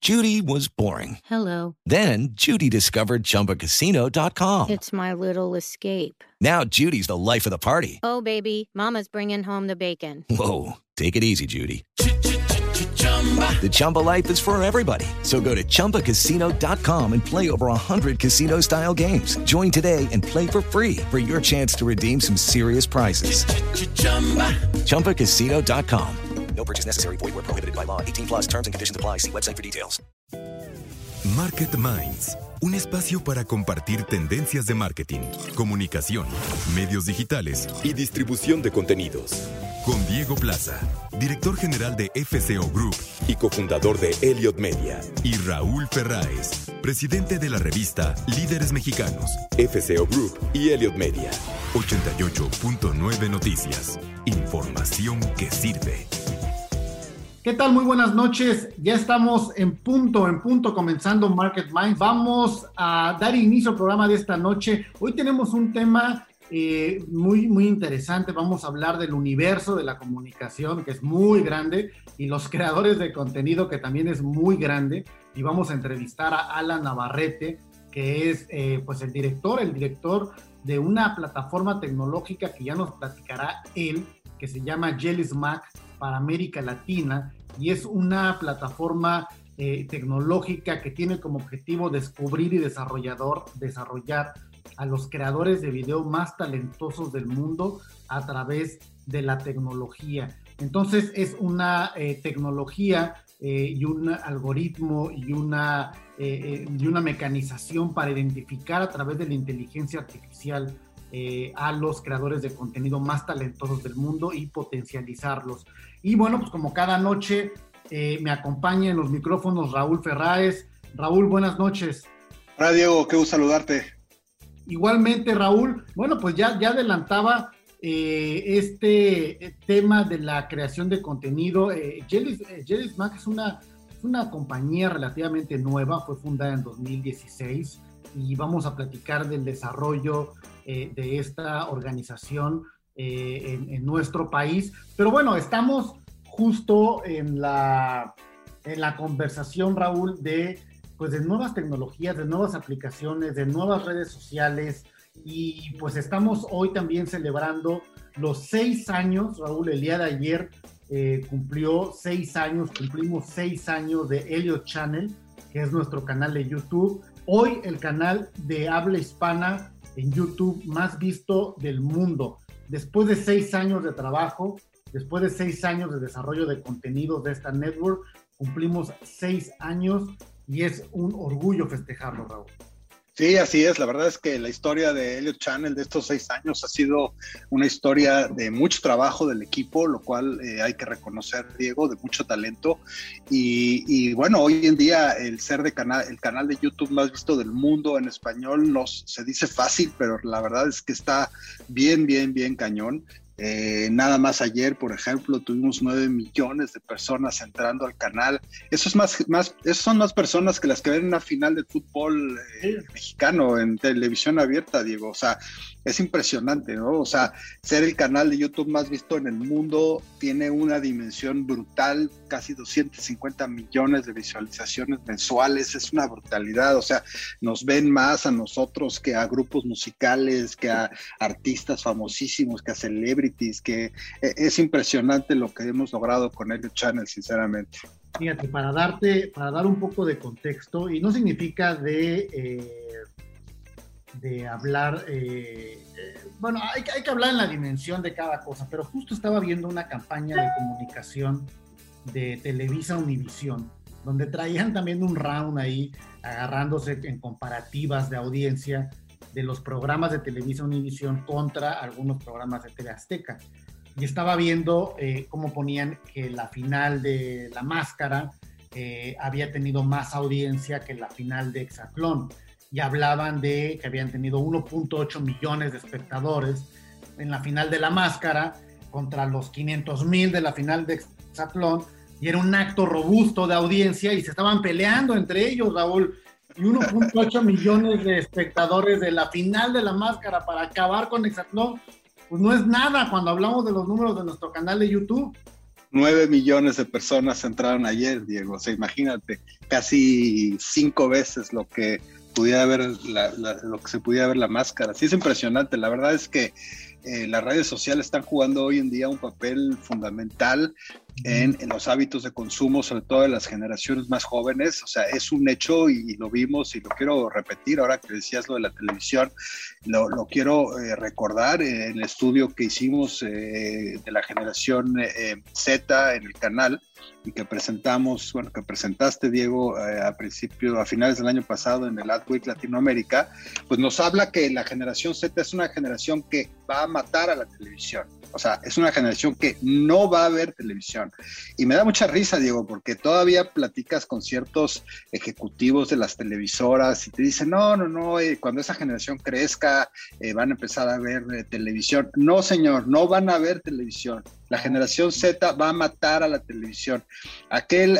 Judy was boring. Hello. Then Judy discovered ChumbaCasino.com. It's my little escape. Now Judy's the life of the party. Oh, baby, mama's bringing home the bacon. Whoa, take it easy, Judy. The Chumba life is for everybody. So go to ChumbaCasino.com and play over 100 casino-style games. Join today and play for free for your chance to redeem some serious prizes. ChumbaCasino.com. No purchase necessary. Void where prohibited by law. 18 plus terms and conditions apply. See website for details. Market Minds, un espacio para compartir tendencias de marketing, comunicación, medios digitales y distribución de contenidos. Con Diego Plaza, director general de FCO Group y cofundador de Elliott Media. Y Raúl Ferráez, presidente de la revista Líderes Mexicanos, FCO Group y Elliott Media. 88.9 Noticias. Información que sirve. ¿Qué tal? Muy buenas noches. Ya estamos en punto, comenzando Market Minds. Vamos a dar inicio al programa de esta noche. Hoy tenemos un tema muy interesante. Vamos a hablar del universo de la comunicación, que es muy grande, y los creadores de contenido, que también es muy grande. Y vamos a entrevistar a Alan Navarrete, que es pues el director de una plataforma tecnológica que ya nos platicará él, que se llama JellySmack para América Latina, y es una plataforma tecnológica que tiene como objetivo descubrir y desarrollar a los creadores de video más talentosos del mundo a través de la tecnología. Entonces es una tecnología y un algoritmo y una mecanización para identificar a través de la inteligencia artificial a los creadores de contenido más talentosos del mundo y potencializarlos. Y bueno, pues como cada noche me acompaña en los micrófonos Raúl Ferráez. Raúl, buenas noches. Hola Diego, qué gusto saludarte. Igualmente, Raúl. Bueno, pues ya adelantaba este tema de la creación de contenido. JellySmack es una compañía relativamente nueva, fue fundada en 2016 y vamos a platicar del desarrollo de esta organización en nuestro país. Pero bueno, estamos justo en la conversación, Raúl, de nuevas tecnologías, de nuevas aplicaciones, de nuevas redes sociales, y pues estamos hoy también celebrando los 6 años, Raúl. El día de ayer cumplimos 6 años de Elliott Channel, que es nuestro canal de YouTube. Hoy el canal de habla hispana en YouTube más visto del mundo. Después de 6 años de trabajo, después de 6 años de desarrollo de contenidos de esta network, cumplimos 6 años y es un orgullo festejarlo, Raúl. Sí, así es. La verdad es que la historia de Elliott Channel de estos 6 años ha sido una historia de mucho trabajo del equipo, lo cual hay que reconocer, Diego, de mucho talento. Y bueno, hoy en día el ser el canal de YouTube más visto del mundo en español se dice fácil, pero la verdad es que está bien cañón. Nada más ayer, por ejemplo, tuvimos 9 millones de personas entrando al canal. Eso son más personas que las que ven una final de fútbol mexicano en televisión abierta, Diego. O sea, es impresionante, ¿no? O sea, ser el canal de YouTube más visto en el mundo tiene una dimensión brutal, casi 250 millones de visualizaciones mensuales. Es una brutalidad. O sea, nos ven más a nosotros que a grupos musicales, que a artistas famosísimos, que a celebrities, que es impresionante lo que hemos logrado con Elliott Channel, sinceramente. Fíjate, para dar un poco de contexto, y no significa de hablar, bueno, hay que hablar en la dimensión de cada cosa, pero justo estaba viendo una campaña de comunicación de Televisa Univisión, donde traían también un round ahí, agarrándose en comparativas de audiencia de los programas de Televisa Univisión contra algunos programas de TV Azteca. Y estaba viendo cómo ponían que la final de La Máscara había tenido más audiencia que la final de Hexatlón. Y hablaban de que habían tenido 1.8 millones de espectadores en la final de La Máscara contra los 500,000 de la final de Hexatlón. Y era un acto robusto de audiencia y se estaban peleando entre ellos, Raúl. Y 1.8 millones de espectadores de la final de La Máscara para acabar con Hexatlón, pues no es nada cuando hablamos de los números de nuestro canal de YouTube. 9 millones de personas entraron ayer, Diego. O sea, imagínate, casi 5 veces lo que pudiera ver lo que se pudiera ver la máscara. Sí, es impresionante. La verdad es que las redes sociales están jugando hoy en día un papel fundamental en los hábitos de consumo, sobre todo de las generaciones más jóvenes. O sea, es un hecho y lo vimos y lo quiero repetir ahora que decías lo de la televisión. Lo quiero recordar en el estudio que hicimos de la generación Z en el canal y que presentaste, Diego, a finales del año pasado en el Adweek Latinoamérica, pues nos habla que la generación Z es una generación que va a matar a la televisión. O sea, es una generación que no va a ver televisión. Y me da mucha risa, Diego, porque todavía platicas con ciertos ejecutivos de las televisoras y te dicen, no, cuando esa generación crezca van a empezar a ver televisión. No, señor, no van a ver televisión. La generación Z va a matar a la televisión. Aquel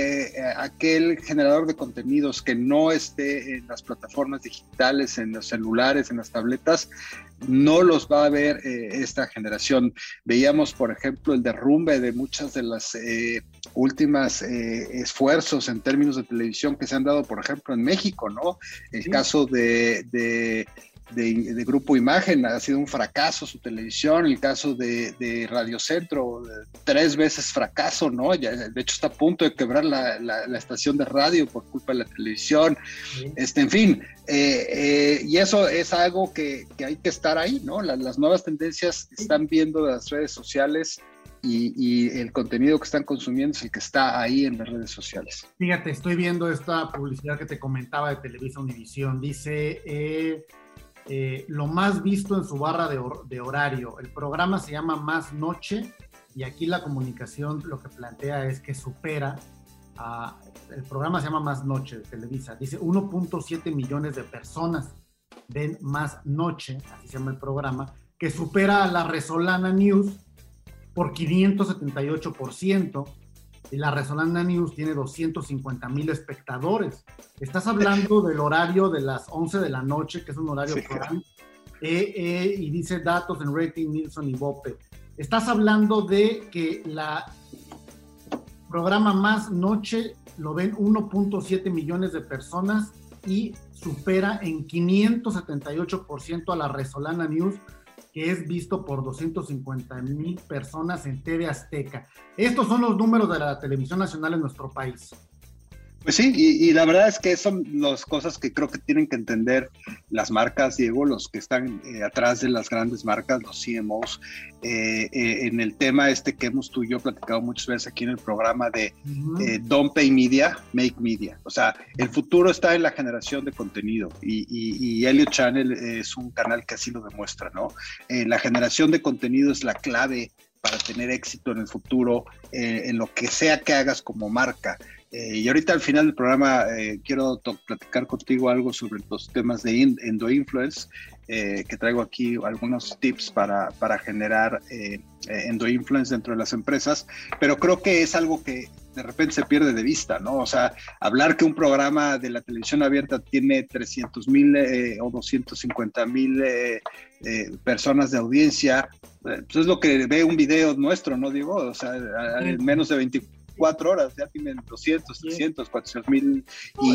generador de contenidos que no esté en las plataformas digitales, en los celulares, en las tabletas, no los va a ver esta generación. Veíamos, por ejemplo, el derrumbe de muchas de las últimas esfuerzos en términos de televisión que se han dado, por ejemplo, en México, ¿no? El caso de Grupo Imagen ha sido un fracaso su televisión, el caso de Radio Centro, 3 veces fracaso, ¿no? Ya, de hecho está a punto de quebrar la estación de radio por culpa de la televisión, en fin, y eso es algo que hay que estar ahí, ¿no? Las nuevas tendencias están viendo las redes sociales y el contenido que están consumiendo es el que está ahí en las redes sociales. Fíjate, estoy viendo esta publicidad que te comentaba de Televisa Univisión, dice... lo más visto en su barra de horario. El programa se llama Más Noche y aquí la comunicación lo que plantea es que supera el programa se llama Más Noche de Televisa. Dice 1.7 millones de personas ven Más Noche, así se llama el programa, que supera a La Resolana News por 578%. Y La Resolana News tiene 250,000 espectadores. Estás hablando del horario de las 11 de la noche, que es un horario prime, y dice datos en rating, Nielsen y Bope. Estás hablando de que la programa Más Noche lo ven 1.7 millones de personas y supera en 578% a La Resolana News, que es visto por 250,000 personas en TV Azteca. Estos son los números de la televisión nacional en nuestro país. Pues sí, y la verdad es que son las cosas que creo que tienen que entender las marcas, Diego, los que están atrás de las grandes marcas, los CMOs, en el tema que hemos tú y yo platicado muchas veces aquí en el programa de Don't Pay Media, Make Media. O sea, el futuro está en la generación de contenido y Elliott Channel es un canal que así lo demuestra, ¿no? La generación de contenido es la clave para tener éxito en el futuro, en lo que sea que hagas como marca. Y ahorita al final del programa quiero platicar contigo algo sobre los temas de endoinfluence, que traigo aquí algunos tips para generar endoinfluence dentro de las empresas, pero creo que es algo que de repente se pierde de vista, ¿no? O sea, hablar que un programa de la televisión abierta tiene 300,000 o 250,000 personas de audiencia, pues es lo que ve un video nuestro, ¿no, Diego? O sea, en menos de 24 horas ya tienen 200, 300, 400,000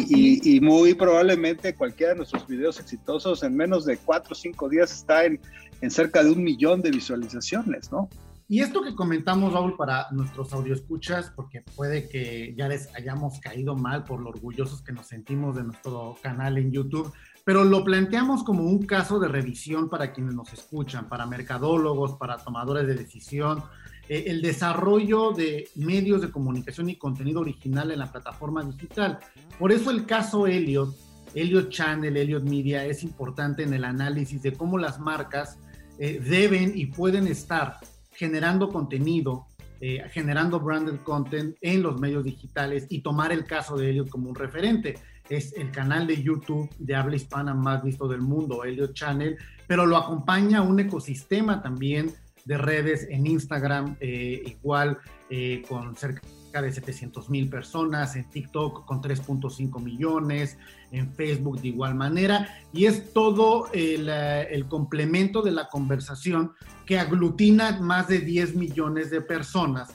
y muy probablemente cualquiera de nuestros videos exitosos en menos de 4 o 5 días está en cerca de 1 millón de visualizaciones, ¿no? Y esto que comentamos, Raúl, para nuestros audioescuchas, porque puede que ya les hayamos caído mal por lo orgullosos que nos sentimos de nuestro canal en YouTube, pero lo planteamos como un caso de revisión para quienes nos escuchan, para mercadólogos, para tomadores de decisión, el desarrollo de medios de comunicación y contenido original en la plataforma digital. Por eso el caso Elliott Channel, Elliott Media es importante en el análisis de cómo las marcas deben y pueden estar generando contenido, generando branded content en los medios digitales y tomar el caso de Elliott como un referente. Es el canal de YouTube de habla hispana más visto del mundo, Elliott Channel, pero lo acompaña un ecosistema también de redes en Instagram, igual con cerca de 700,000 personas, en TikTok con 3.5 millones, en Facebook de igual manera, y es todo el complemento de la conversación que aglutina más de 10 millones de personas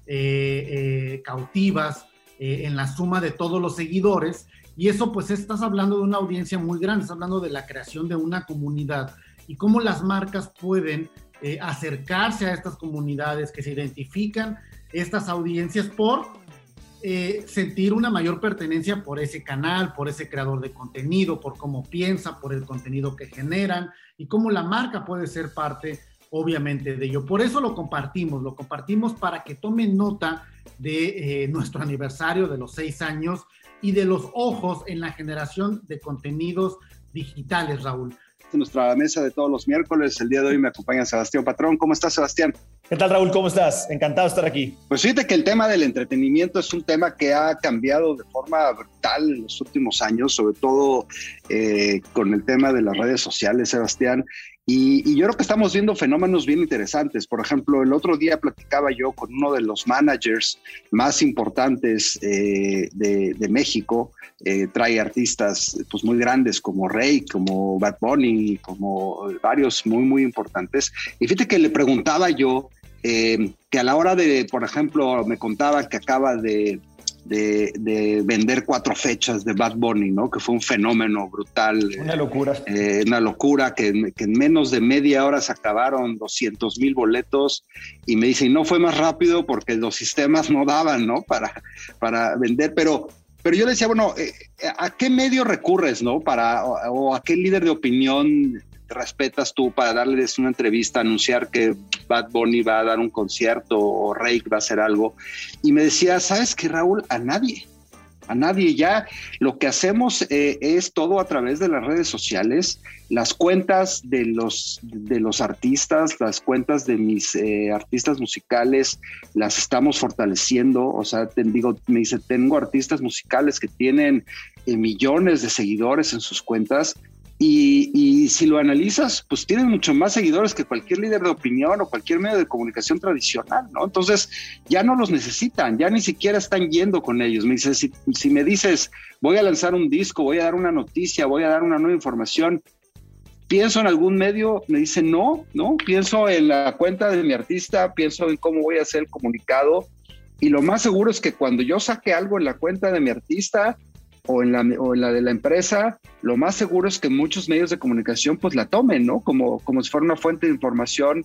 cautivas en la suma de todos los seguidores, y eso pues estás hablando de una audiencia muy grande, estás hablando de la creación de una comunidad y cómo las marcas pueden acercarse a estas comunidades que se identifican, estas audiencias por sentir una mayor pertenencia por ese canal, por ese creador de contenido, por cómo piensa, por el contenido que generan y cómo la marca puede ser parte, obviamente, de ello. Por eso lo compartimos para que tomen nota de nuestro aniversario de los 6 años y de los ojos en la generación de contenidos digitales, Raúl. Nuestra mesa de todos los miércoles. El día de hoy me acompaña Sebastián Patrón. ¿Cómo estás, Sebastián? ¿Qué tal, Raúl? ¿Cómo estás? Encantado de estar aquí. Pues fíjate que el tema del entretenimiento es un tema que ha cambiado de forma brutal en los últimos años, sobre todo con el tema de las redes sociales, Sebastián. Y yo creo que estamos viendo fenómenos bien interesantes. Por ejemplo, el otro día platicaba yo con uno de los managers más importantes de México. Trae artistas pues, muy grandes como Rey, como Bad Bunny, como varios muy, muy importantes. Y fíjate que le preguntaba yo que a la hora de, por ejemplo, me contaba que acaba de vender 4 fechas de Bad Bunny, ¿no? Que fue un fenómeno brutal. Una locura. Una locura, que en menos de media hora se acabaron 200,000 boletos, y me dice, y no fue más rápido porque los sistemas no daban, ¿no? Para vender, pero yo le decía, bueno, ¿a qué medio recurres, no? O a qué líder de opinión respetas tú para darles una entrevista, anunciar que Bad Bunny va a dar un concierto o Rake va a hacer algo? Y me decía, ¿sabes qué, Raúl? A nadie. Ya lo que hacemos es todo a través de las redes sociales, las cuentas de los artistas, las cuentas de mis artistas musicales, las estamos fortaleciendo. O sea, me dice, tengo artistas musicales que tienen millones de seguidores en sus cuentas. Y si lo analizas, pues tienen mucho más seguidores que cualquier líder de opinión o cualquier medio de comunicación tradicional, ¿no? Entonces ya no los necesitan, ya ni siquiera están yendo con ellos. Me dice, si me dices, voy a lanzar un disco, voy a dar una noticia, voy a dar una nueva información, ¿pienso en algún medio? Me dice, no, pienso en la cuenta de mi artista, pienso en cómo voy a hacer el comunicado, y lo más seguro es que cuando yo saque algo en la cuenta de mi artista o en la de la empresa, lo más seguro es que muchos medios de comunicación pues la tomen, ¿no? Como si fuera una fuente de información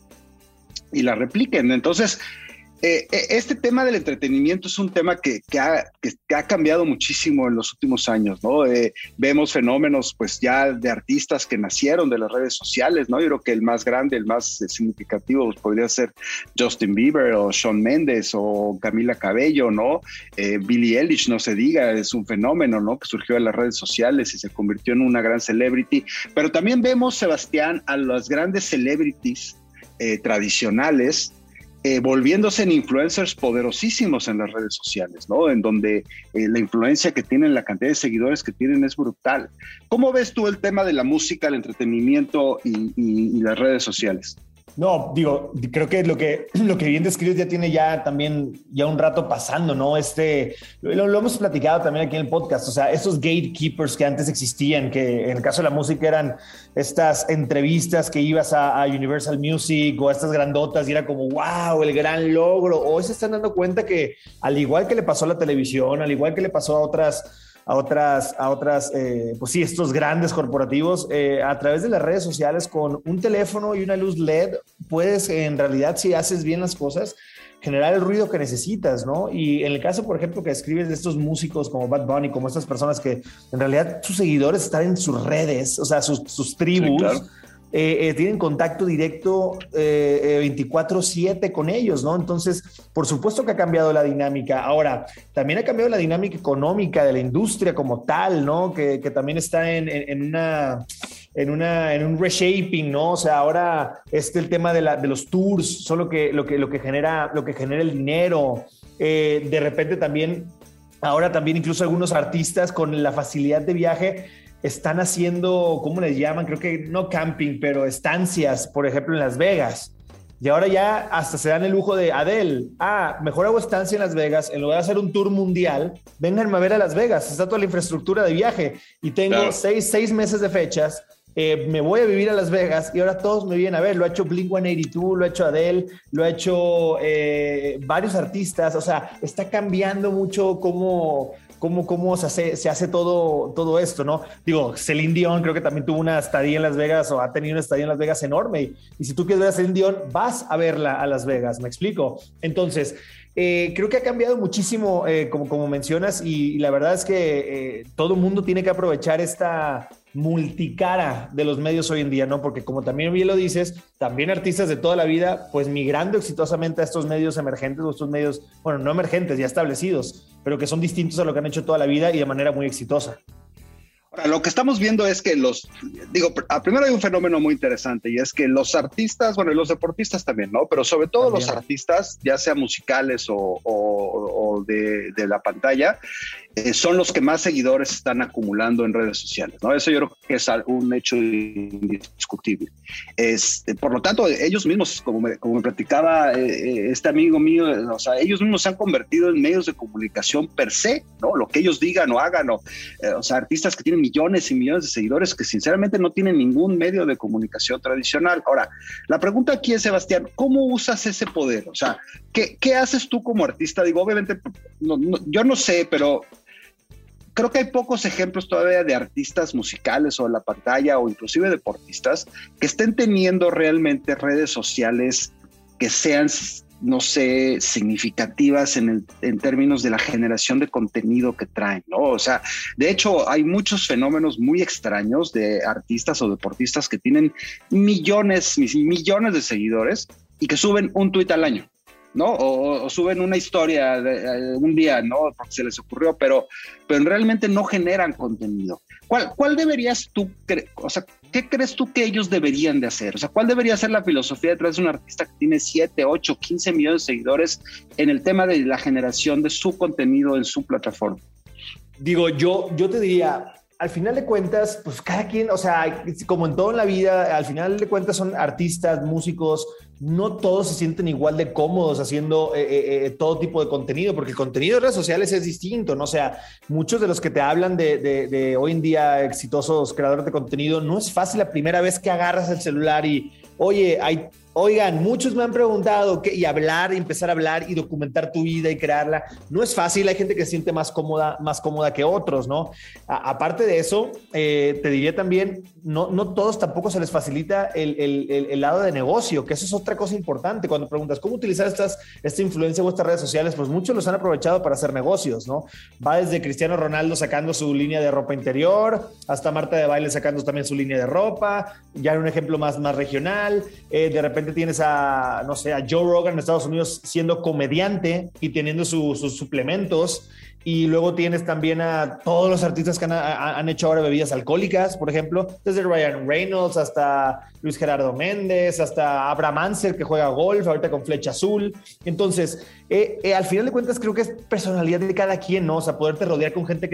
y la repliquen. Entonces, este tema del entretenimiento es un tema que ha cambiado muchísimo en los últimos años, ¿no? Vemos fenómenos pues ya de artistas que nacieron de las redes sociales, ¿no? Yo creo que el más grande, el más significativo pues, podría ser Justin Bieber o Shawn Mendes o Camila Cabello, ¿no? Billie Eilish, no se diga, es un fenómeno, ¿no? Que surgió en las redes sociales y se convirtió en una gran celebrity. Pero también vemos, Sebastián, a las grandes celebrities tradicionales volviéndose en influencers poderosísimos en las redes sociales, ¿no? En donde la influencia que tienen, la cantidad de seguidores que tienen es brutal. ¿Cómo ves tú el tema de la música, el entretenimiento y las redes sociales? No, creo que lo que bien describes ya tiene también un rato pasando, ¿no? Lo hemos platicado también aquí en el podcast, o sea, esos gatekeepers que antes existían, que en el caso de la música eran estas entrevistas que ibas a Universal Music o a estas grandotas y era como, wow, el gran logro. Hoy se están dando cuenta que al igual que le pasó a la televisión, al igual que le pasó a otras, pues sí, estos grandes corporativos, a través de las redes sociales con un teléfono y una luz LED, puedes en realidad, si haces bien las cosas, generar el ruido que necesitas, ¿no? Y en el caso, por ejemplo, que escribes de estos músicos como Bad Bunny, como estas personas que en realidad sus seguidores están en sus redes, o sea, sus tribus, sí, claro. Tienen contacto directo 24/7 con ellos, ¿no? Entonces, por supuesto que ha cambiado la dinámica. Ahora, también ha cambiado la dinámica económica de la industria como tal, ¿no? Que también está en un reshaping, ¿no? O sea, ahora el tema de los tours son lo que genera el dinero. De repente también, ahora también incluso algunos artistas con la facilidad de viaje están haciendo, ¿cómo les llaman? Creo que no camping, pero estancias, por ejemplo, en Las Vegas. Y ahora ya hasta se dan el lujo de, Adele, mejor hago estancia en Las Vegas, en lugar de hacer un tour mundial, vénganme a ver a Las Vegas, está toda la infraestructura de viaje y tengo claro. seis meses de fechas me voy a vivir a Las Vegas y ahora todos me vienen a ver. Lo ha hecho Blink-182, lo ha hecho Adele, lo ha hecho varios artistas. O sea, está cambiando mucho cómo se hace todo esto, ¿no? Digo, Celine Dion creo que también tuvo una estadía en Las Vegas o ha tenido una estadía en Las Vegas enorme. Y si tú quieres ver a Celine Dion, vas a verla a Las Vegas, ¿me explico? Entonces, creo que ha cambiado muchísimo, como mencionas, y la verdad es que todo el mundo tiene que aprovechar esta multicara de los medios hoy en día, ¿no? Porque como también bien lo dices, también artistas de toda la vida, pues migrando exitosamente a estos medios emergentes o estos medios, bueno, no emergentes, ya establecidos, pero que son distintos a lo que han hecho toda la vida y de manera muy exitosa. Ahora, lo que estamos viendo es que primero hay un fenómeno muy interesante y es que los artistas, bueno, y los deportistas también, ¿no? Pero sobre todo también los artistas, ya sea musicales o de la pantalla, son los que más seguidores están acumulando en redes sociales, ¿no? Eso yo creo que es un hecho indiscutible. Por lo tanto, ellos mismos, como me platicaba este amigo mío, o sea, ellos mismos se han convertido en medios de comunicación per se, ¿no? Lo que ellos digan o hagan, o sea, artistas que tienen millones y millones de seguidores que sinceramente no tienen ningún medio de comunicación tradicional. Ahora, la pregunta aquí es, Sebastián, ¿cómo usas ese poder? O sea, ¿qué haces tú como artista? Digo, obviamente, yo no sé, pero creo que hay pocos ejemplos todavía de artistas musicales o en la pantalla o inclusive deportistas que estén teniendo realmente redes sociales que sean, no sé, significativas en términos de la generación de contenido que traen, ¿no? O sea, de hecho, hay muchos fenómenos muy extraños de artistas o deportistas que tienen millones de seguidores y que suben un tuit al año, ¿no? O suben una historia de un día, ¿no? Porque se les ocurrió, pero realmente no generan contenido. ¿Cuál deberías tú, o sea, qué crees tú que ellos deberían de hacer? O sea, ¿cuál debería ser la filosofía detrás de un artista que tiene 7, 8, 15 millones de seguidores en el tema de la generación de su contenido en su plataforma? Digo, yo te diría, al final de cuentas, pues cada quien, o sea, como en todo en la vida, al final de cuentas son artistas, músicos, no todos se sienten igual de cómodos haciendo todo tipo de contenido, porque el contenido de redes sociales es distinto, ¿no? O sea, muchos de los que te hablan de hoy en día exitosos creadores de contenido, no es fácil la primera vez que agarras el celular y, oigan, muchos me han preguntado y empezar a hablar y documentar tu vida y crearla. No es fácil, hay gente que se siente más cómoda que otros, ¿no? Aparte de eso, te diría también, no todos tampoco se les facilita el lado de negocio, que eso es otra cosa importante. Cuando preguntas cómo utilizar esta influencia o estas redes sociales, pues muchos los han aprovechado para hacer negocios, ¿no? Va desde Cristiano Ronaldo sacando su línea de ropa interior, hasta Marta de Baile sacando también su línea de ropa, ya en un ejemplo más regional. De repente tienes a Joe Rogan en Estados Unidos siendo comediante y teniendo sus suplementos. Y luego tienes también a todos los artistas que han hecho ahora bebidas alcohólicas, por ejemplo, desde Ryan Reynolds hasta Luis Gerardo Méndez, hasta Abraham Anser, que juega golf ahorita con Flecha Azul. Entonces, al final de cuentas creo que es personalidad de cada quien, ¿no? O sea, poderte rodear con gente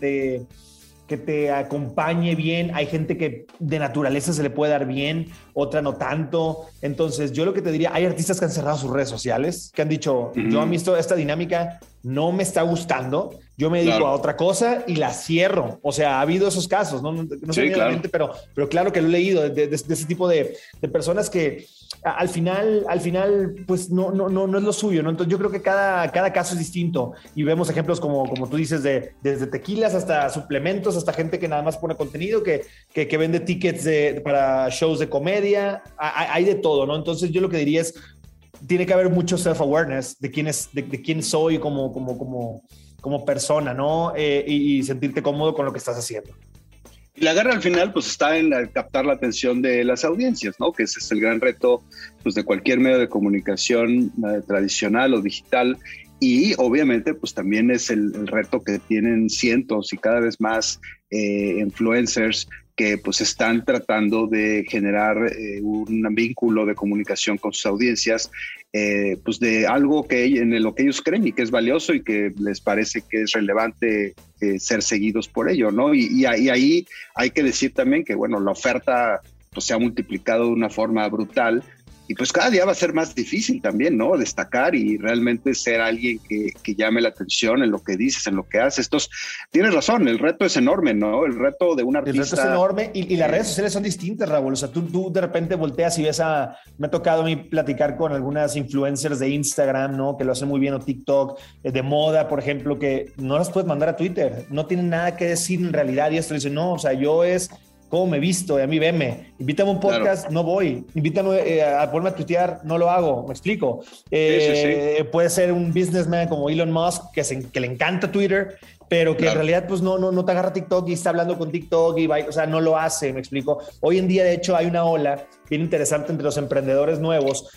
que te acompañe bien. Hay gente que de naturaleza se le puede dar bien, otra no tanto. Entonces, yo lo que te diría, hay artistas que han cerrado sus redes sociales, que han dicho, yo a mí esta dinámica no me está gustando, yo me dedico a otra cosa y la cierro. O sea, ha habido esos casos, no sé realmente, pero claro que lo he leído de ese tipo de personas que al final, pues no es lo suyo, ¿no? Entonces yo creo que cada caso es distinto y vemos ejemplos como tú dices, desde tequilas hasta suplementos, hasta gente que nada más pone contenido, que vende tickets para shows de comedia, hay de todo, ¿no? Entonces yo lo que diría es, tiene que haber mucho self-awareness de quién soy como persona, ¿no? Y sentirte cómodo con lo que estás haciendo. Y la guerra al final pues está en captar la atención de las audiencias, ¿no? Que ese es el gran reto pues de cualquier medio de comunicación tradicional o digital. Y obviamente pues también es el reto que tienen cientos y cada vez más influencers que pues están tratando de generar un vínculo de comunicación con sus audiencias, pues de algo en lo que ellos creen y que es valioso y que les parece que es relevante ser seguidos por ello, ¿no? Y ahí hay que decir también que, bueno, la oferta pues se ha multiplicado de una forma brutal y pues cada día va a ser más difícil también, ¿no? Destacar y realmente ser alguien que llame la atención en lo que dices, en lo que haces. Entonces, tienes razón, el reto es enorme, ¿no? El reto de un artista. El reto es enorme y las redes sociales son distintas, Raúl. O sea, tú de repente volteas y ves me ha tocado a mí platicar con algunas influencers de Instagram, ¿no? Que lo hacen muy bien, o TikTok, de moda, por ejemplo, que no las puedes mandar a Twitter. No tienen nada que decir en realidad y esto dicen, no, o sea, yo es cómo me visto, y a mí veme, invítame a un podcast, claro. No voy, invítame a ponerme a tuitear, no lo hago, me explico. Sí. Puede ser un businessman como Elon Musk, que le encanta Twitter, pero que en realidad pues no te agarra TikTok y está hablando con TikTok y va, o sea, no lo hace, me explico. Hoy en día, de hecho, hay una ola bien interesante entre los emprendedores nuevos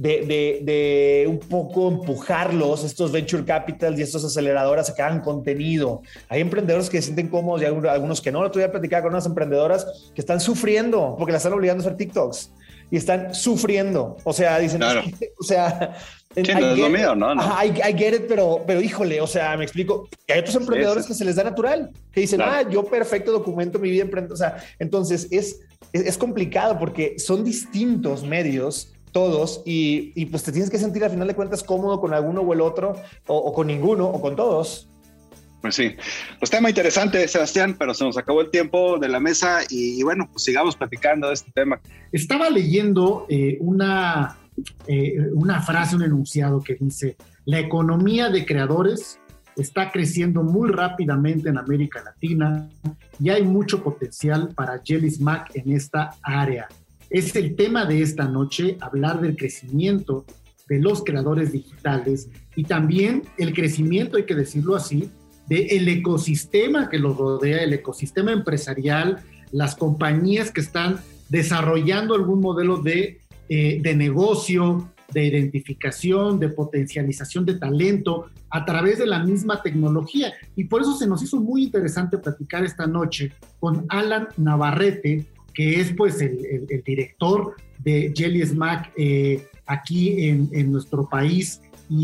de un poco empujarlos, estos venture capitals y estos aceleradoras a que hagan contenido. Hay emprendedores que se sienten cómodos y algunos que no. Lo tuve a platicar con unas emprendedoras que están sufriendo porque las están obligando a hacer TikToks y están sufriendo. O sea, dicen, claro. O sea, sí, no es lo mío, ¿no? I get it, pero híjole, o sea, me explico. Y hay otros emprendedores que se les da natural, que dicen, claro. Yo perfecto documento mi vida emprendedora. O sea, entonces es complicado porque son distintos medios todos y pues te tienes que sentir al final de cuentas cómodo con alguno o el otro o con ninguno o con todos. Pues sí, pues tema interesante, Sebastián, pero se nos acabó el tiempo de la mesa y bueno, pues sigamos platicando de este tema. Estaba leyendo una frase, un enunciado que dice: la economía de creadores está creciendo muy rápidamente en América Latina y hay mucho potencial para Jelly Smack en esta área. Es el tema de esta noche, hablar del crecimiento de los creadores digitales y también el crecimiento, hay que decirlo así, del ecosistema que los rodea, el ecosistema empresarial, las compañías que están desarrollando algún modelo de negocio, de identificación, de potencialización de talento a través de la misma tecnología. Y por eso se nos hizo muy interesante platicar esta noche con Alan Navarrete, que es pues el director de Jelly Smack aquí en nuestro país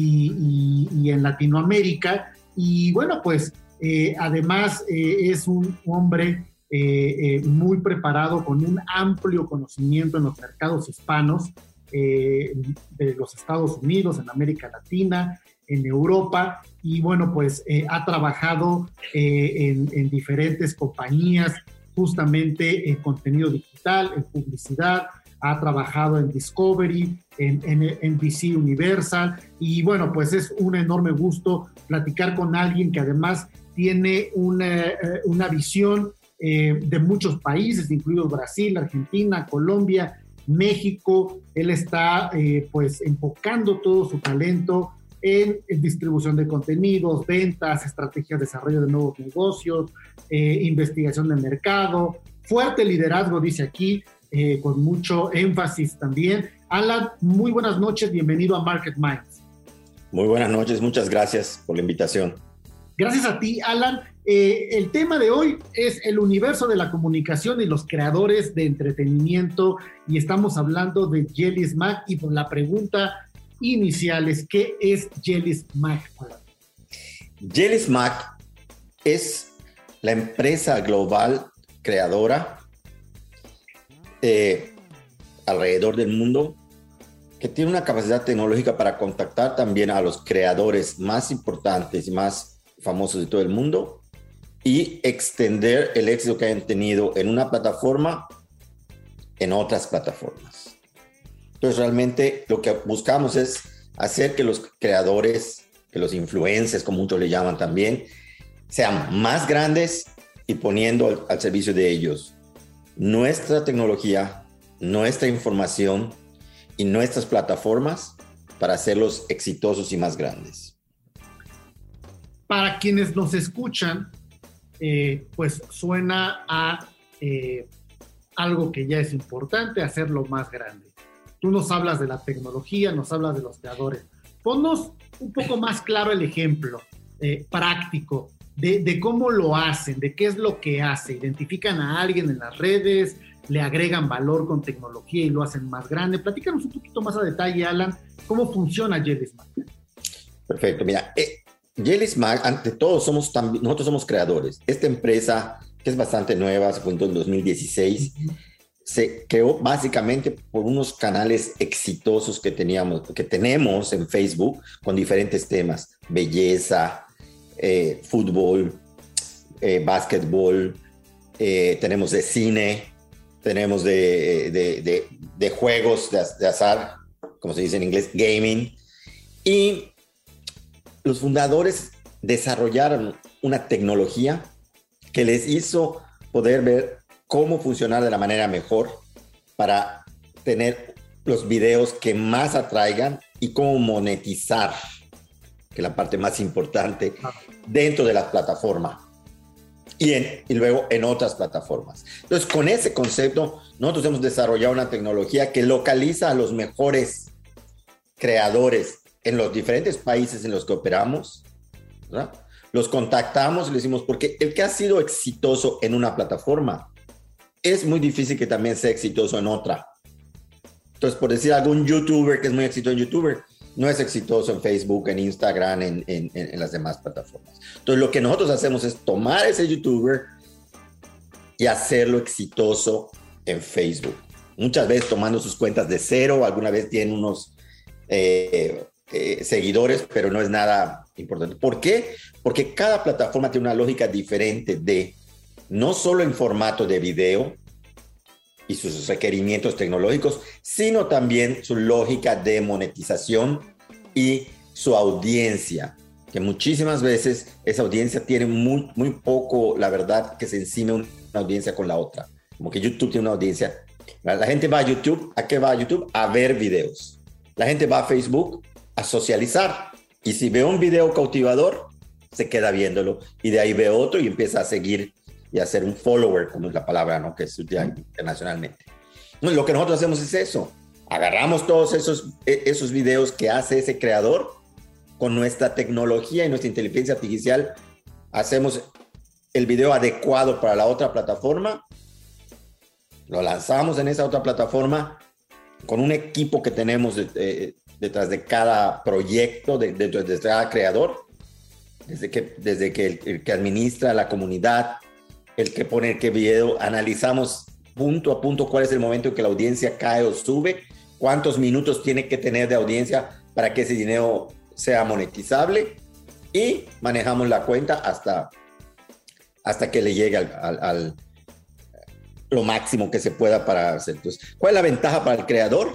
y en Latinoamérica. Y bueno, pues además es un hombre muy preparado, con un amplio conocimiento en los mercados hispanos de los Estados Unidos, en América Latina, en Europa, y bueno, pues ha trabajado en diferentes compañías, justamente en contenido digital, en publicidad, ha trabajado en Discovery, en NBC Universal, y bueno, pues es un enorme gusto platicar con alguien que además tiene una visión de muchos países, incluidos Brasil, Argentina, Colombia, México. Él está pues enfocando todo su talento en distribución de contenidos, ventas, estrategias de desarrollo de nuevos negocios, investigación de mercado, fuerte liderazgo, dice aquí, con mucho énfasis también. Alan, muy buenas noches, bienvenido a Market Minds. Muy buenas noches, muchas gracias por la invitación. Gracias a ti, Alan. El tema de hoy es el universo de la comunicación y los creadores de entretenimiento, y estamos hablando de Jelly Smack, y por la pregunta inicial es: ¿qué es Jelly Smack? Jelly Smack es la empresa global creadora alrededor del mundo que tiene una capacidad tecnológica para contactar también a los creadores más importantes y más famosos de todo el mundo y extender el éxito que hayan tenido en una plataforma en otras plataformas. Entonces realmente lo que buscamos es hacer que los creadores, que los influencers, como muchos le llaman también, sean más grandes y poniendo al servicio de ellos nuestra tecnología, nuestra información y nuestras plataformas para hacerlos exitosos y más grandes. Para quienes nos escuchan, pues suena a algo que ya es importante, hacerlo más grande. Tú nos hablas de la tecnología, nos hablas de los creadores. Ponnos un poco más claro el ejemplo práctico de cómo lo hacen, de qué es lo que hace. Identifican a alguien en las redes, le agregan valor con tecnología y lo hacen más grande. Platícanos un poquito más a detalle, Alan, cómo funciona Jelly Smack. Perfecto, mira, Jelly Smack, ante todo, nosotros somos creadores. Esta empresa, que es bastante nueva, se fundó en 2016, se creó básicamente por unos canales exitosos que tenemos en Facebook con diferentes temas: belleza, fútbol, básquetbol, tenemos de cine, tenemos de juegos de azar, como se dice en inglés, gaming. Y los fundadores desarrollaron una tecnología que les hizo poder ver cómo funcionar de la manera mejor para tener los videos que más atraigan y cómo monetizar, que es la parte más importante, dentro de la plataforma y luego en otras plataformas. Entonces, con ese concepto, nosotros hemos desarrollado una tecnología que localiza a los mejores creadores en los diferentes países en los que operamos, ¿verdad? Los contactamos y le decimos, porque el que ha sido exitoso en una plataforma es muy difícil que también sea exitoso en otra. Entonces, por decir, algún youtuber que es muy exitoso en youtuber, no es exitoso en Facebook, en Instagram, en las demás plataformas. Entonces, lo que nosotros hacemos es tomar ese youtuber y hacerlo exitoso en Facebook. Muchas veces tomando sus cuentas de cero, alguna vez tienen unos seguidores, pero no es nada importante. ¿Por qué? Porque cada plataforma tiene una lógica diferente no solo en formato de video y sus requerimientos tecnológicos, sino también su lógica de monetización y su audiencia, que muchísimas veces esa audiencia tiene muy, muy poco, la verdad, que se encime una audiencia con la otra. Como que YouTube tiene una audiencia. La gente va a YouTube, ¿a qué va a YouTube? A ver videos. La gente va a Facebook a socializar. Y si ve un video cautivador, se queda viéndolo. Y de ahí ve otro y empieza a seguir y a ser un follower, como es la palabra, ¿no?, que se utiliza internacionalmente. Bueno, lo que nosotros hacemos es eso. Agarramos todos esos videos que hace ese creador con nuestra tecnología y nuestra inteligencia artificial. Hacemos el video adecuado para la otra plataforma. Lo lanzamos en esa otra plataforma con un equipo que tenemos detrás de cada proyecto, de cada creador. Desde que el que administra la comunidad, el que pone qué video, analizamos punto a punto cuál es el momento en que la audiencia cae o sube, cuántos minutos tiene que tener de audiencia para que ese dinero sea monetizable, y manejamos la cuenta hasta que le llegue al lo máximo que se pueda para hacer. Entonces, ¿cuál es la ventaja para el creador?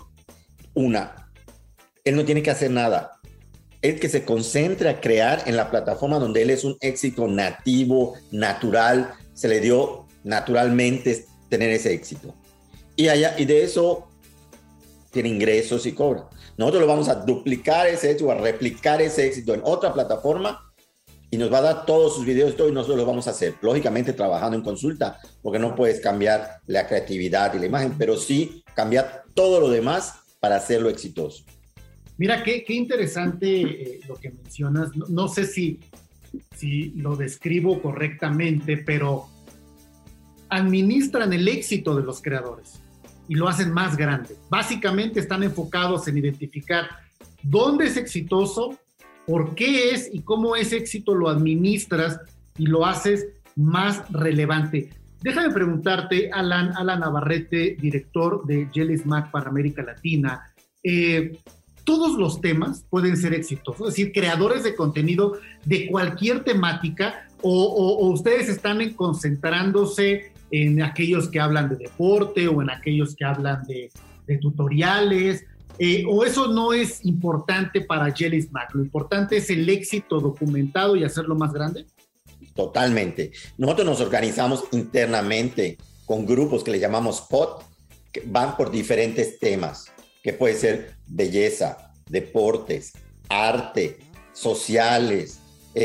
Él no tiene que hacer nada. El que se concentre a crear en la plataforma donde él es un éxito nativo, natural, se le dio naturalmente tener ese éxito. Y de eso tiene ingresos y cobra. Nosotros lo vamos a duplicar ese éxito, a replicar ese éxito en otra plataforma, y nos va a dar todos sus videos y todo, y nosotros lo vamos a hacer. Lógicamente trabajando en consulta, porque no puedes cambiar la creatividad y la imagen, pero sí cambiar todo lo demás para hacerlo exitoso. Mira, qué interesante lo que mencionas. No sé si lo describo correctamente, pero administran el éxito de los creadores y lo hacen más grande. Básicamente están enfocados en identificar dónde es exitoso, por qué es y cómo ese éxito lo administras y lo haces más relevante. Déjame preguntarte, Alan Navarrete, director de Jelly Smack para América Latina, todos los temas pueden ser exitosos, es decir, creadores de contenido de cualquier temática, o ustedes están concentrándose en aquellos que hablan de deporte o en aquellos que hablan de tutoriales, o eso no es importante para Jelly Smack. Lo importante es el éxito documentado y hacerlo más grande. Totalmente. Nosotros nos organizamos internamente con grupos que le llamamos pod, que van por diferentes temas, que puede ser belleza, deportes, arte, sociales,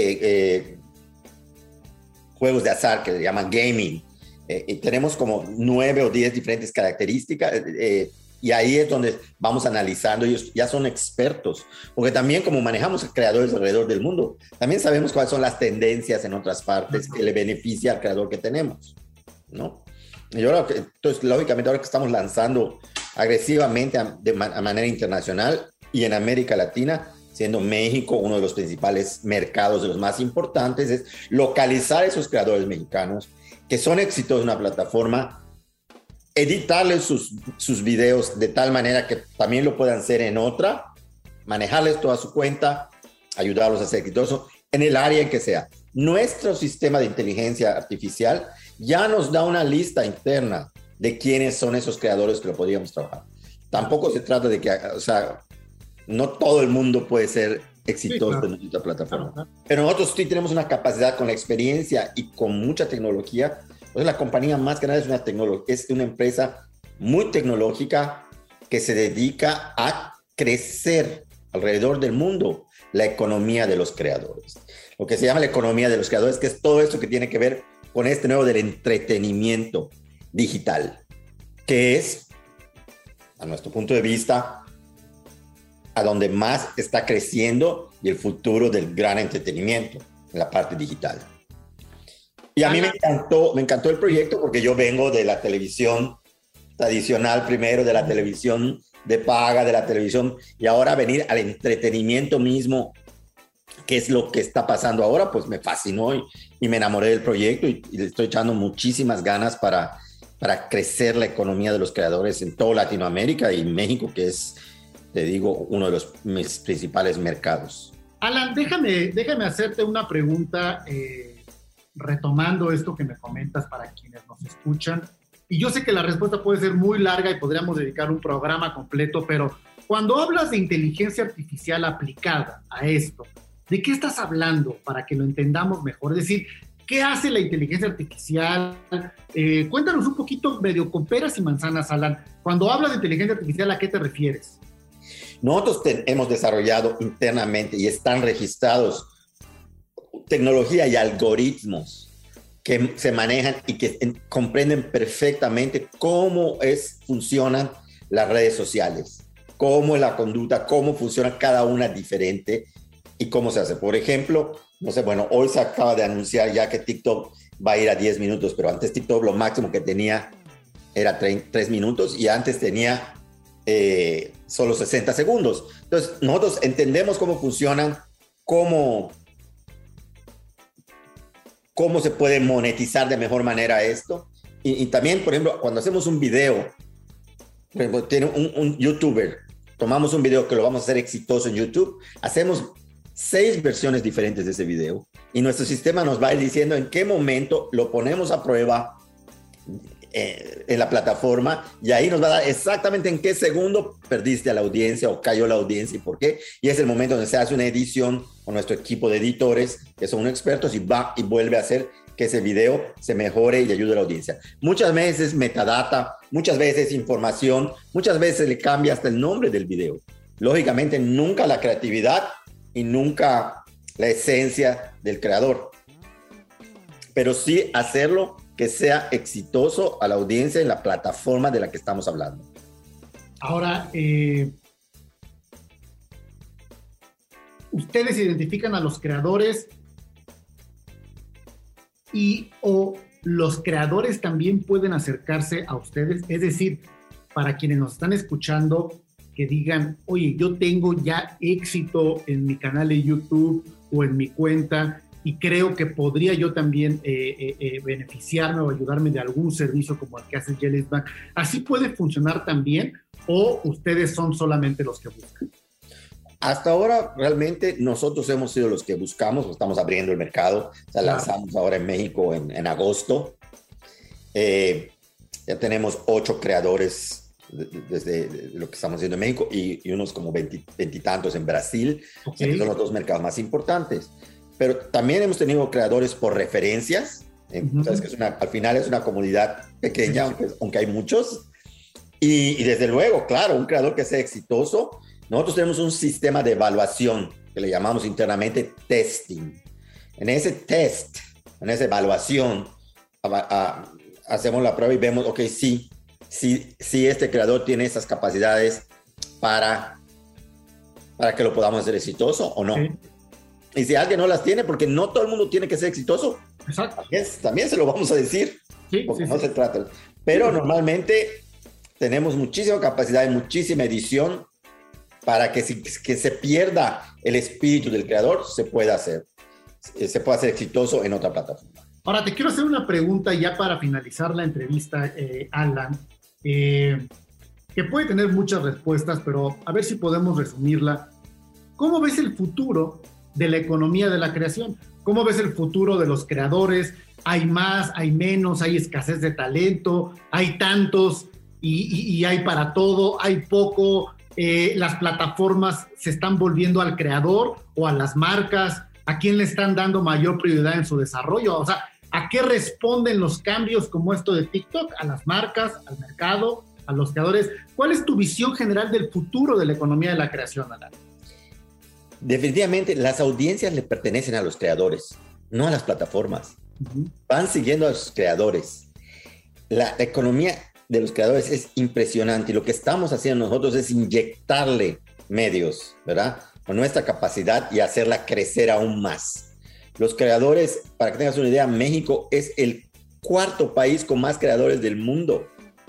juegos de azar que le llaman gaming. Y tenemos como 9 o 10 diferentes características, y ahí es donde vamos analizando. Ellos ya son expertos, porque también como manejamos creadores alrededor del mundo, también sabemos cuáles son las tendencias en otras partes que le beneficia al creador que tenemos, ¿no? Y ahora, entonces, lógicamente, ahora que estamos lanzando agresivamente de manera internacional y en América Latina, siendo México uno de los principales mercados, de los más importantes, es localizar esos creadores mexicanos que son exitosos en una plataforma editarles sus videos de tal manera que también lo puedan hacer en otra, manejarles toda su cuenta, ayudarlos a ser exitosos en el área en que sea. Nuestro sistema de inteligencia artificial ya nos da una lista interna de quiénes son esos creadores que lo podríamos trabajar. Tampoco se trata de que, o sea, no todo el mundo puede ser exitoso en nuestra plataforma. Pero nosotros sí tenemos una capacidad con la experiencia y con mucha tecnología. Entonces, la compañía más que nada es una empresa muy tecnológica que se dedica a crecer alrededor del mundo la economía de los creadores. Lo que se llama la economía de los creadores, que es todo esto que tiene que ver con este nuevo del entretenimiento digital, que es, a nuestro punto de vista, a donde más está creciendo y el futuro del gran entretenimiento, en la parte digital. Y a mí me encantó el proyecto porque yo vengo de la televisión tradicional primero, de la televisión de paga, de la televisión, y ahora venir al entretenimiento mismo, que es lo que está pasando ahora, pues me fascinó y me enamoré del proyecto y le estoy echando muchísimas ganas para crecer la economía de los creadores en toda Latinoamérica y México, que es, te digo, uno de mis principales mercados. Alan, déjame hacerte una pregunta, retomando esto que me comentas para quienes nos escuchan. Y yo sé que la respuesta puede ser muy larga y podríamos dedicar un programa completo, pero cuando hablas de inteligencia artificial aplicada a esto, ¿de qué estás hablando para que lo entendamos mejor? Es decir, ¿qué hace la inteligencia artificial? Cuéntanos un poquito, medio con peras y manzanas, Alan. Cuando hablas de inteligencia artificial, ¿a qué te refieres? Nosotros hemos desarrollado internamente y están registrados tecnología y algoritmos que se manejan y que comprenden perfectamente cómo funcionan las redes sociales, cómo es la conducta, cómo funciona cada una diferente y cómo se hace. Por ejemplo, no sé, bueno, hoy se acaba de anunciar ya que TikTok va a ir a 10 minutos, pero antes TikTok lo máximo que tenía era 3 minutos y antes tenía solo 60 segundos. Entonces, nosotros entendemos cómo funcionan, cómo se puede monetizar de mejor manera esto. Y también, por ejemplo, cuando hacemos un video, por ejemplo, tiene un youtuber, tomamos un video que lo vamos a hacer exitoso en YouTube, hacemos 6 versiones diferentes de ese video y nuestro sistema nos va a ir diciendo en qué momento lo ponemos a prueba en la plataforma y ahí nos va a dar exactamente en qué segundo perdiste a la audiencia o cayó la audiencia y por qué. Y es el momento donde se hace una edición con nuestro equipo de editores que son expertos y va y vuelve a hacer que ese video se mejore y ayude a la audiencia. Muchas veces metadata, muchas veces información, muchas veces le cambia hasta el nombre del video. Lógicamente nunca la creatividad y nunca la esencia del creador, pero sí hacerlo que sea exitoso a la audiencia en la plataforma de la que estamos hablando. Ahora, ustedes identifican a los creadores o los creadores también pueden acercarse a ustedes. Es decir, para quienes nos están escuchando, que digan, oye, yo tengo ya éxito en mi canal de YouTube o en mi cuenta y creo que podría yo también beneficiarme o ayudarme de algún servicio como el que hace Jelly's Bank. ¿Así puede funcionar también o ustedes son solamente los que buscan? Hasta ahora, realmente, nosotros hemos sido los que buscamos, estamos abriendo el mercado. O sea, lanzamos ahora en México en agosto. Ya tenemos 8 creadores desde lo que estamos haciendo en México y unos como 20 y tantos en Brasil. Okay. O sea, que son los 2 mercados más importantes. Pero también hemos tenido creadores por referencias. Sabes que al final es una comunidad pequeña, aunque hay muchos. Y desde luego, claro, un creador que sea exitoso. Nosotros tenemos un sistema de evaluación que le llamamos internamente testing. En ese test, en esa evaluación, hacemos la prueba y vemos, ok, sí, este creador tiene esas capacidades para que lo podamos hacer exitoso o no. Sí. Y si alguien no las tiene, porque no todo el mundo tiene que ser exitoso, también se lo vamos a decir, porque no se trata. Pero normalmente tenemos muchísima capacidad y muchísima edición para que se pierda el espíritu del creador, se pueda hacer exitoso en otra plataforma. Ahora, te quiero hacer una pregunta ya para finalizar la entrevista, Alan. que puede tener muchas respuestas, pero a ver si podemos resumirla. ¿Cómo ves el futuro de la economía de la creación? ¿Cómo ves el futuro de los creadores? ¿Hay más, hay menos, hay escasez de talento, hay tantos y hay para todo, hay poco? ¿Las plataformas se están volviendo al creador o a las marcas? ¿A quién le están dando mayor prioridad en su desarrollo? O sea, ¿a qué responden los cambios como esto de TikTok? ¿A las marcas, al mercado, a los creadores? ¿Cuál es tu visión general del futuro de la economía de la creación, Alan? Definitivamente, las audiencias le pertenecen a los creadores, no a las plataformas. Van siguiendo a los creadores. La economía de los creadores es impresionante y lo que estamos haciendo nosotros es inyectarle medios, ¿verdad? Con nuestra capacidad y hacerla crecer aún más. Los creadores, para que tengas una idea, México es el 4º país con más creadores del mundo.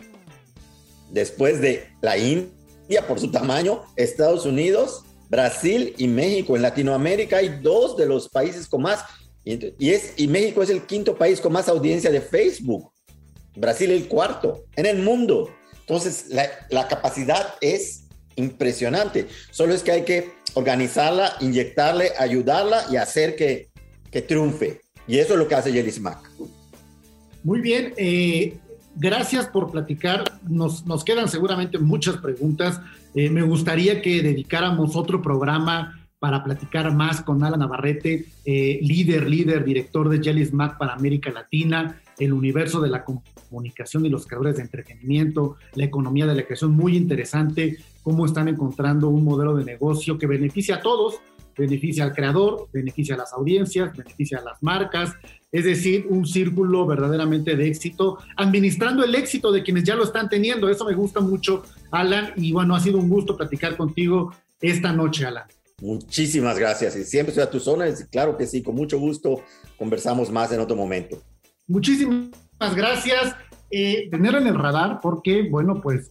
Después de la India por su tamaño, Estados Unidos, Brasil y México. En Latinoamérica hay 2 de los países con más. Y México es el 5º país con más audiencia de Facebook. Brasil el 4º en el mundo. Entonces, la capacidad es impresionante. Solo es que hay que organizarla, inyectarle, ayudarla y hacer que triunfe. Y eso es lo que hace Jelly Smack. Muy bien. Gracias por platicar. Nos quedan seguramente muchas preguntas. Me gustaría que dedicáramos otro programa para platicar más con Alan Navarrete, líder, director de Jelly Smack para América Latina, el universo de la comunicación y los creadores de entretenimiento, la economía de la creación, muy interesante, cómo están encontrando un modelo de negocio que beneficia a todos, beneficia al creador, beneficia a las audiencias, beneficia a las marcas, es decir, un círculo verdaderamente de éxito, administrando el éxito de quienes ya lo están teniendo. Eso me gusta mucho, Alan, y bueno, ha sido un gusto platicar contigo esta noche, Alan. Muchísimas gracias, y siempre estoy a tus órdenes, claro que sí, con mucho gusto conversamos más en otro momento. Muchísimas gracias. Tenerlo en el radar porque, bueno, pues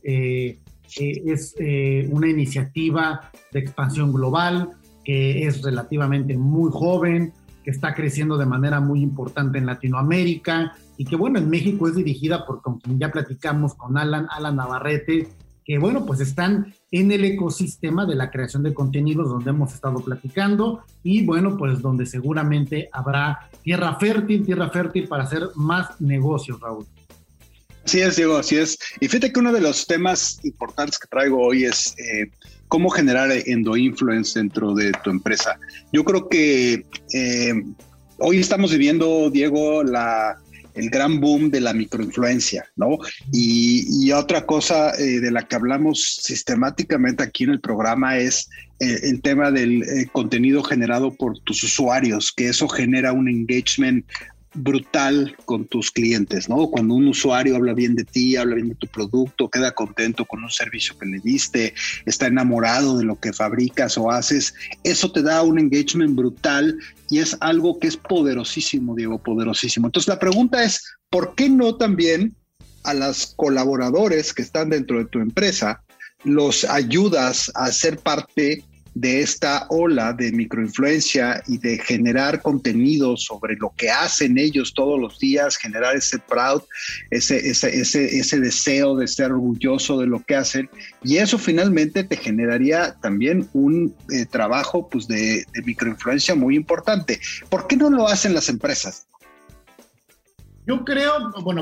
es una iniciativa de expansión global que es relativamente muy joven, que está creciendo de manera muy importante en Latinoamérica y que, bueno, en México es dirigida por con quien ya platicamos, con Alan Navarrete, que, bueno, pues están en el ecosistema de la creación de contenidos donde hemos estado platicando y, bueno, pues donde seguramente habrá tierra fértil para hacer más negocios, Raúl. Así es, Diego, así es. Y fíjate que uno de los temas importantes que traigo hoy es cómo generar endoinfluence dentro de tu empresa. Yo creo que hoy estamos viviendo, Diego, el gran boom de la microinfluencia, ¿no? Y otra cosa de la que hablamos sistemáticamente aquí en el programa es el tema del contenido generado por tus usuarios, que eso genera un engagement brutal con tus clientes, ¿no? Cuando un usuario habla bien de ti, habla bien de tu producto, queda contento con un servicio que le diste, está enamorado de lo que fabricas o haces, eso te da un engagement brutal y es algo que es poderosísimo, Diego, poderosísimo. Entonces la pregunta es, ¿por qué no también a los colaboradores que están dentro de tu empresa los ayudas a ser parte de esta ola de microinfluencia y de generar contenido sobre lo que hacen ellos todos los días, generar ese proud, ese deseo de ser orgulloso de lo que hacen, y eso finalmente te generaría también un trabajo pues de microinfluencia muy importante. ¿Por qué no lo hacen las empresas? Yo creo,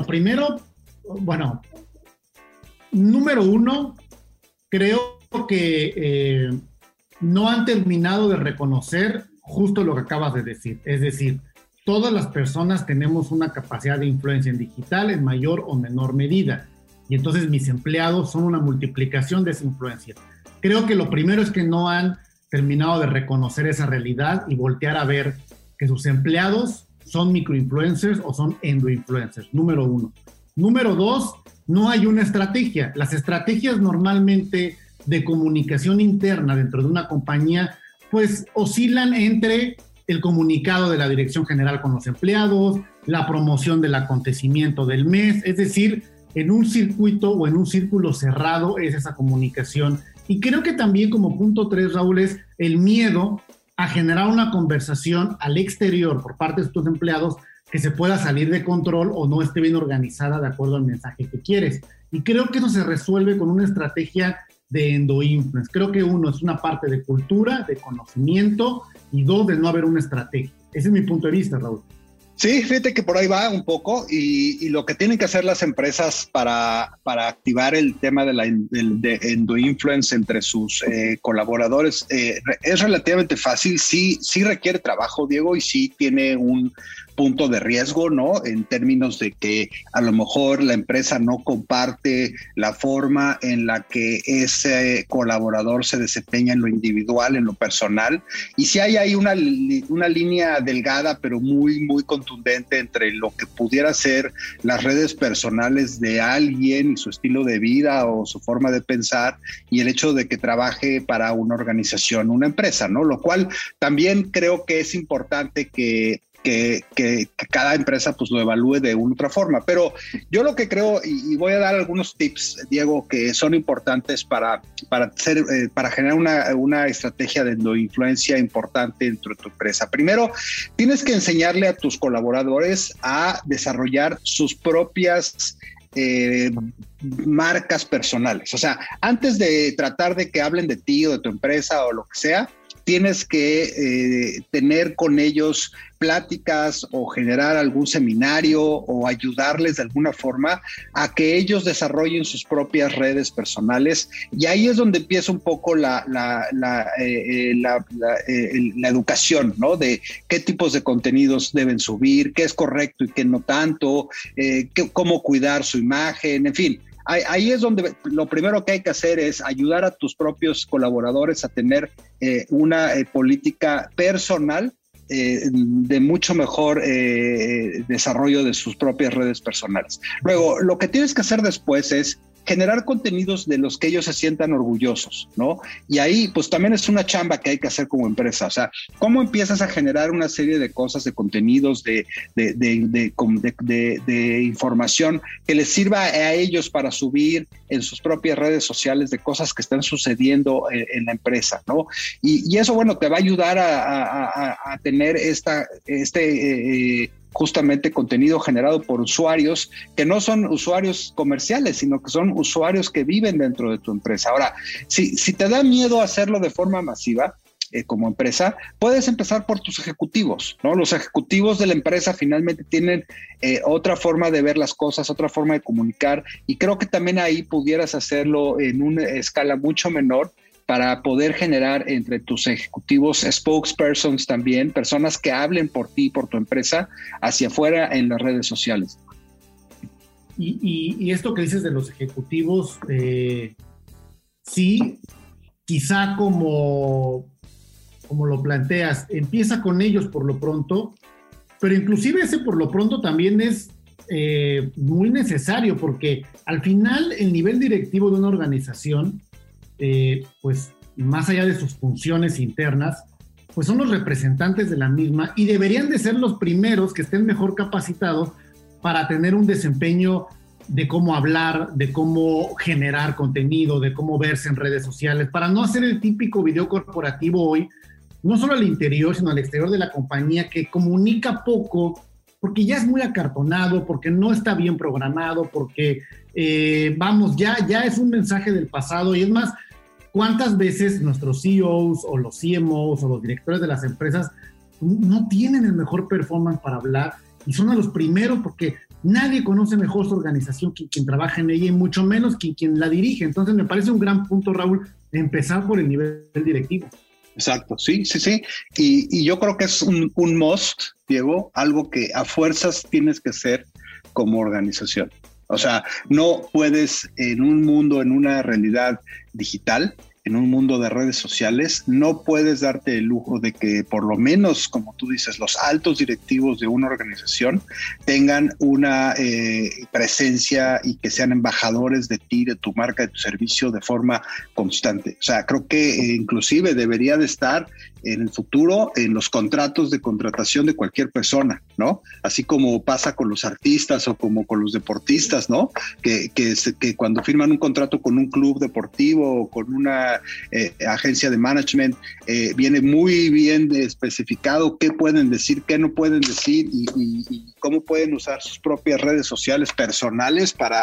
número uno, creo que no han terminado de reconocer justo lo que acabas de decir. Es decir, todas las personas tenemos una capacidad de influencia en digital en mayor o menor medida. Y entonces mis empleados son una multiplicación de esa influencia. Creo que lo primero es que no han terminado de reconocer esa realidad y voltear a ver que sus empleados son microinfluencers o son endoinfluencers, número uno. Número dos, no hay una estrategia. Las estrategias normalmente de comunicación interna dentro de una compañía, pues oscilan entre el comunicado de la dirección general con los empleados, la promoción del acontecimiento del mes, es decir, en un circuito o en un círculo cerrado es esa comunicación. Y creo que también como punto 3, Raúl, es el miedo a generar una conversación al exterior por parte de tus empleados que se pueda salir de control o no esté bien organizada de acuerdo al mensaje que quieres. Y creo que eso se resuelve con una estrategia de endoinfluence. Creo que uno es una parte de cultura, de conocimiento, y dos, de no haber una estrategia. Ese es mi punto de vista, Raúl. Sí, fíjate que por ahí va un poco y lo que tienen que hacer las empresas para activar el tema de endoinfluence entre sus colaboradores es relativamente fácil. Sí requiere trabajo, Diego, y sí tiene un punto de riesgo, ¿no? En términos de que a lo mejor la empresa no comparte la forma en la que ese colaborador se desempeña en lo individual, en lo personal. Y sí hay ahí una línea delgada, pero muy, muy contundente entre lo que pudiera ser las redes personales de alguien y su estilo de vida o su forma de pensar y el hecho de que trabaje para una organización, una empresa, ¿no? Lo cual también creo que es importante que cada empresa pues lo evalúe de una u otra forma. Pero yo lo que creo, y voy a dar algunos tips, Diego, que son importantes para generar una estrategia de endoinfluencia importante dentro de tu empresa. Primero, tienes que enseñarle a tus colaboradores a desarrollar sus propias marcas personales. O sea, antes de tratar de que hablen de ti o de tu empresa o lo que sea, tienes que tener con ellos pláticas o generar algún seminario o ayudarles de alguna forma a que ellos desarrollen sus propias redes personales, y ahí es donde empieza un poco la educación, ¿no? De qué tipos de contenidos deben subir, qué es correcto y qué no tanto, cómo cuidar su imagen, en fin. Ahí es donde lo primero que hay que hacer es ayudar a tus propios colaboradores a tener una política personal de mucho mejor desarrollo de sus propias redes personales. Luego, lo que tienes que hacer después es generar contenidos de los que ellos se sientan orgullosos, ¿no? Y ahí, pues también es una chamba que hay que hacer como empresa. O sea, ¿cómo empiezas a generar una serie de cosas, de contenidos, de información que les sirva a ellos para subir en sus propias redes sociales de cosas que están sucediendo en la empresa, ¿no? Y eso, bueno, te va a ayudar a tener justamente contenido generado por usuarios que no son usuarios comerciales, sino que son usuarios que viven dentro de tu empresa. Ahora, si te da miedo hacerlo de forma masiva, como empresa, puedes empezar por tus ejecutivos, ¿no? Los ejecutivos de la empresa finalmente tienen otra forma de ver las cosas, otra forma de comunicar, y creo que también ahí pudieras hacerlo en una escala mucho menor, para poder generar entre tus ejecutivos spokespersons también, personas que hablen por ti, por tu empresa, hacia afuera en las redes sociales. Y esto que dices de los ejecutivos, sí, quizá como lo planteas, empieza con ellos por lo pronto, pero inclusive ese por lo pronto también es muy necesario, porque al final el nivel directivo de una organización, pues más allá de sus funciones internas, pues son los representantes de la misma y deberían de ser los primeros que estén mejor capacitados para tener un desempeño de cómo hablar, de cómo generar contenido, de cómo verse en redes sociales, para no hacer el típico video corporativo hoy, no solo al interior, sino al exterior de la compañía, que comunica poco, porque ya es muy acartonado, porque no está bien programado, porque, ya es un mensaje del pasado. Y es más, ¿cuántas veces nuestros CEOs o los CMOs o los directores de las empresas no tienen el mejor performance para hablar? Y son a los primeros, porque nadie conoce mejor su organización que quien trabaja en ella, y mucho menos quien la dirige. Entonces me parece un gran punto, Raúl, empezar por el nivel directivo. Exacto, sí. Y yo creo que es un must, Diego, algo que a fuerzas tienes que hacer como organización. O sea, no puedes en un mundo, en una realidad digital, en un mundo de redes sociales, no puedes darte el lujo de que por lo menos, como tú dices, los altos directivos de una organización tengan una presencia y que sean embajadores de ti, de tu marca, de tu servicio de forma constante. O sea, creo que inclusive debería de estar en el futuro en los contratos de contratación de cualquier persona, ¿no? Así como pasa con los artistas o como con los deportistas, ¿no? Que cuando firman un contrato con un club deportivo o con una agencia de management, viene muy bien especificado qué pueden decir, qué no pueden decir y cómo pueden usar sus propias redes sociales personales para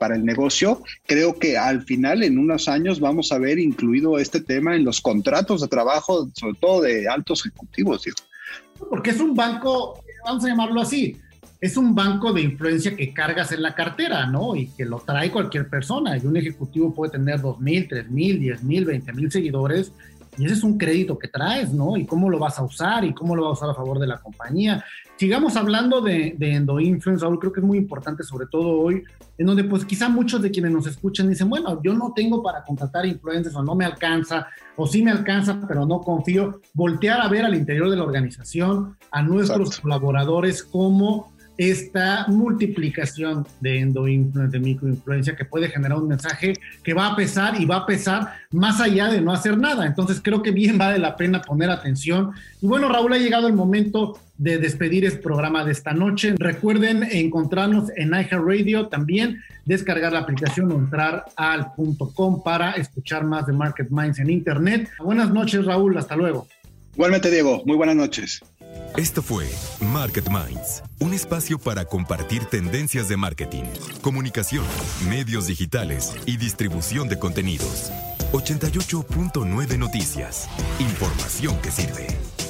para el negocio, creo que al final, en unos años, vamos a ver incluido este tema en los contratos de trabajo, sobre todo de altos ejecutivos, ¿sí? Porque es un banco, vamos a llamarlo así, es un banco de influencia que cargas en la cartera, ¿no? Y que lo trae cualquier persona. Y un ejecutivo puede tener 2,000, 3,000, 10,000, 20,000 seguidores. Y ese es un crédito que traes, ¿no? Y cómo lo vas a usar y cómo lo vas a usar a favor de la compañía. Sigamos hablando de EndoInfluence, Raúl, creo que es muy importante, sobre todo hoy, en donde pues quizá muchos de quienes nos escuchan dicen, bueno, yo no tengo para contratar influencers o no me alcanza, o sí me alcanza, pero no confío. Voltear a ver al interior de la organización, a nuestros colaboradores, cómo esta multiplicación de endoinfluencia, de microinfluencia, que puede generar un mensaje que va a pesar y va a pesar más allá de no hacer nada. Entonces creo que bien vale la pena poner atención. Y bueno, Raúl, ha llegado el momento de despedir este programa de esta noche. Recuerden encontrarnos en iHeartRadio, también descargar la aplicación o entrar al .com para escuchar más de Market Minds en internet. Buenas noches, Raúl, hasta luego. Igualmente, Diego, muy buenas noches. Esto fue Market Minds, un espacio para compartir tendencias de marketing, comunicación, medios digitales y distribución de contenidos. 88.9 Noticias. Información que sirve.